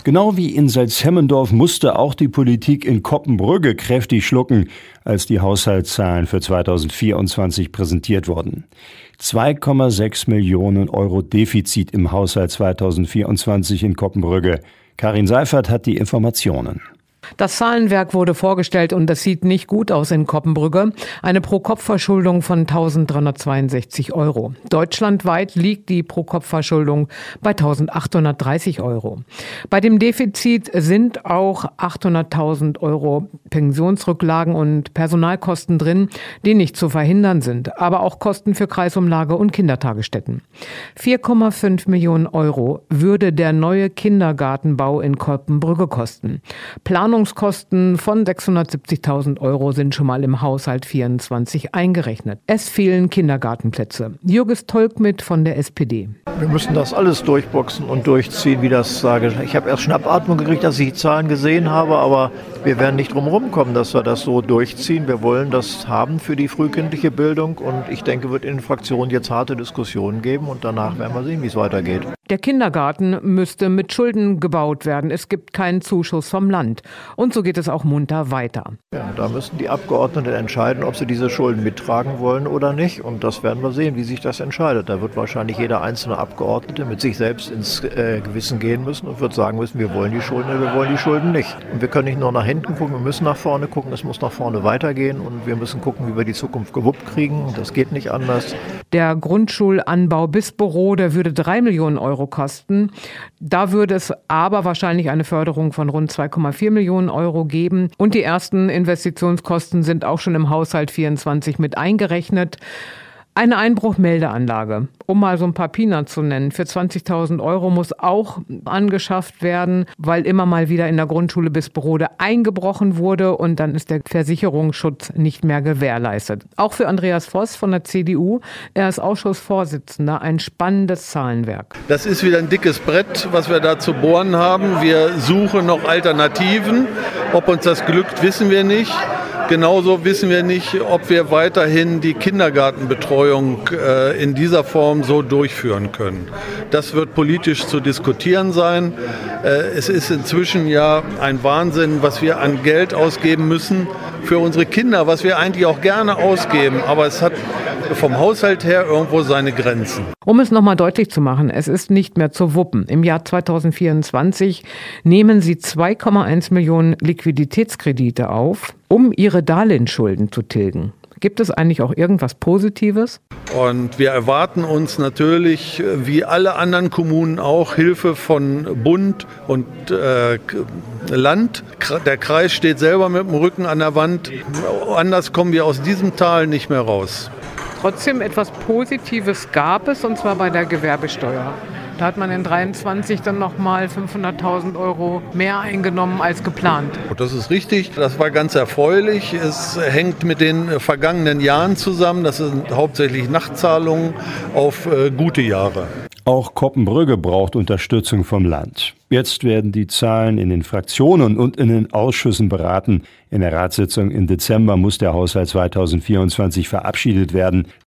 Genau wie in Salzhemmendorf musste auch die Politik in Coppenbrügge kräftig schlucken, als die Haushaltszahlen für 2024 präsentiert wurden. 2,6 Millionen Euro Defizit im Haushalt 2024 in Coppenbrügge. Karin Seifert hat die Informationen. Das Zahlenwerk wurde vorgestellt und das sieht nicht gut aus in Coppenbrügge. Eine Pro-Kopf-Verschuldung von 1.362 Euro. Deutschlandweit liegt die Pro-Kopf-Verschuldung bei 1.830 Euro. Bei dem Defizit sind auch 800.000 Euro Pensionsrücklagen und Personalkosten drin, die nicht zu verhindern sind, aber auch Kosten für Kreisumlage und Kindertagesstätten. 4,5 Millionen Euro würde der neue Kindergartenbau in Coppenbrügge kosten. Planungskosten von 670.000 Euro sind schon mal im Haushalt 24 eingerechnet. Es fehlen Kindergartenplätze. Jürgis Tolkmit von der SPD. Wir müssen das alles durchboxen und durchziehen, wie das sage. Ich habe erst Schnappatmung gekriegt, dass ich die Zahlen gesehen habe, aber wir werden nicht drum herum kommen, dass wir das so durchziehen. Wir wollen das haben für die frühkindliche Bildung und ich denke, wird in den Fraktionen jetzt harte Diskussionen geben und danach werden wir sehen, wie es weitergeht. Der Kindergarten müsste mit Schulden gebaut werden. Es gibt keinen Zuschuss vom Land. Und so geht es auch munter weiter. Ja, da müssen die Abgeordneten entscheiden, ob sie diese Schulden mittragen wollen oder nicht. Und das werden wir sehen, wie sich das entscheidet. Da wird wahrscheinlich jeder einzelne Abgeordnete mit sich selbst ins Gewissen gehen müssen und wird sagen müssen, wir wollen die Schulden oder wir wollen die Schulden nicht. Und wir können nicht nur nach hinten gucken, wir müssen nach vorne gucken. Es muss nach vorne weitergehen und wir müssen gucken, wie wir die Zukunft gewuppt kriegen. Das geht nicht anders. Der Grundschulanbau Bisperode würde 3 Millionen Euro kosten. Da würde es aber wahrscheinlich eine Förderung von rund 2,4 Millionen Euro geben. Und die ersten Investitionskosten sind auch schon im Haushalt 24 mit eingerechnet. Eine Einbruchmeldeanlage, um mal so ein paar Peanuts zu nennen, für 20.000 Euro muss auch angeschafft werden, weil immer mal wieder in der Grundschule Bisperode eingebrochen wurde und dann ist der Versicherungsschutz nicht mehr gewährleistet. Auch für Andreas Voss von der CDU, er ist Ausschussvorsitzender, ein spannendes Zahlenwerk. Das ist wieder ein dickes Brett, was wir da zu bohren haben. Wir suchen noch Alternativen. Ob uns das glückt, wissen wir nicht. Genauso wissen wir nicht, ob wir weiterhin die Kindergartenbetreuung in dieser Form so durchführen können. Das wird politisch zu diskutieren sein. Es ist inzwischen ja ein Wahnsinn, was wir an Geld ausgeben müssen für unsere Kinder, was wir eigentlich auch gerne ausgeben. Aber es hat vom Haushalt her irgendwo seine Grenzen. Um es nochmal deutlich zu machen, es ist nicht mehr zu wuppen. Im Jahr 2024 nehmen Sie 2,1 Millionen Liquiditätskredite auf, um Ihre Darlehensschulden zu tilgen. Gibt es eigentlich auch irgendwas Positives? Und wir erwarten uns natürlich, wie alle anderen Kommunen auch, Hilfe von Bund und Land. Der Kreis steht selber mit dem Rücken an der Wand. Anders kommen wir aus diesem Tal nicht mehr raus. Trotzdem etwas Positives gab es, und zwar bei der Gewerbesteuer. Da hat man in 2023 dann nochmal 500.000 Euro mehr eingenommen als geplant. Das ist richtig, das war ganz erfreulich. Es hängt mit den vergangenen Jahren zusammen. Das sind hauptsächlich Nachzahlungen auf gute Jahre. Auch Coppenbrügge braucht Unterstützung vom Land. Jetzt werden die Zahlen in den Fraktionen und in den Ausschüssen beraten. In der Ratssitzung im Dezember muss der Haushalt 2024 verabschiedet werden.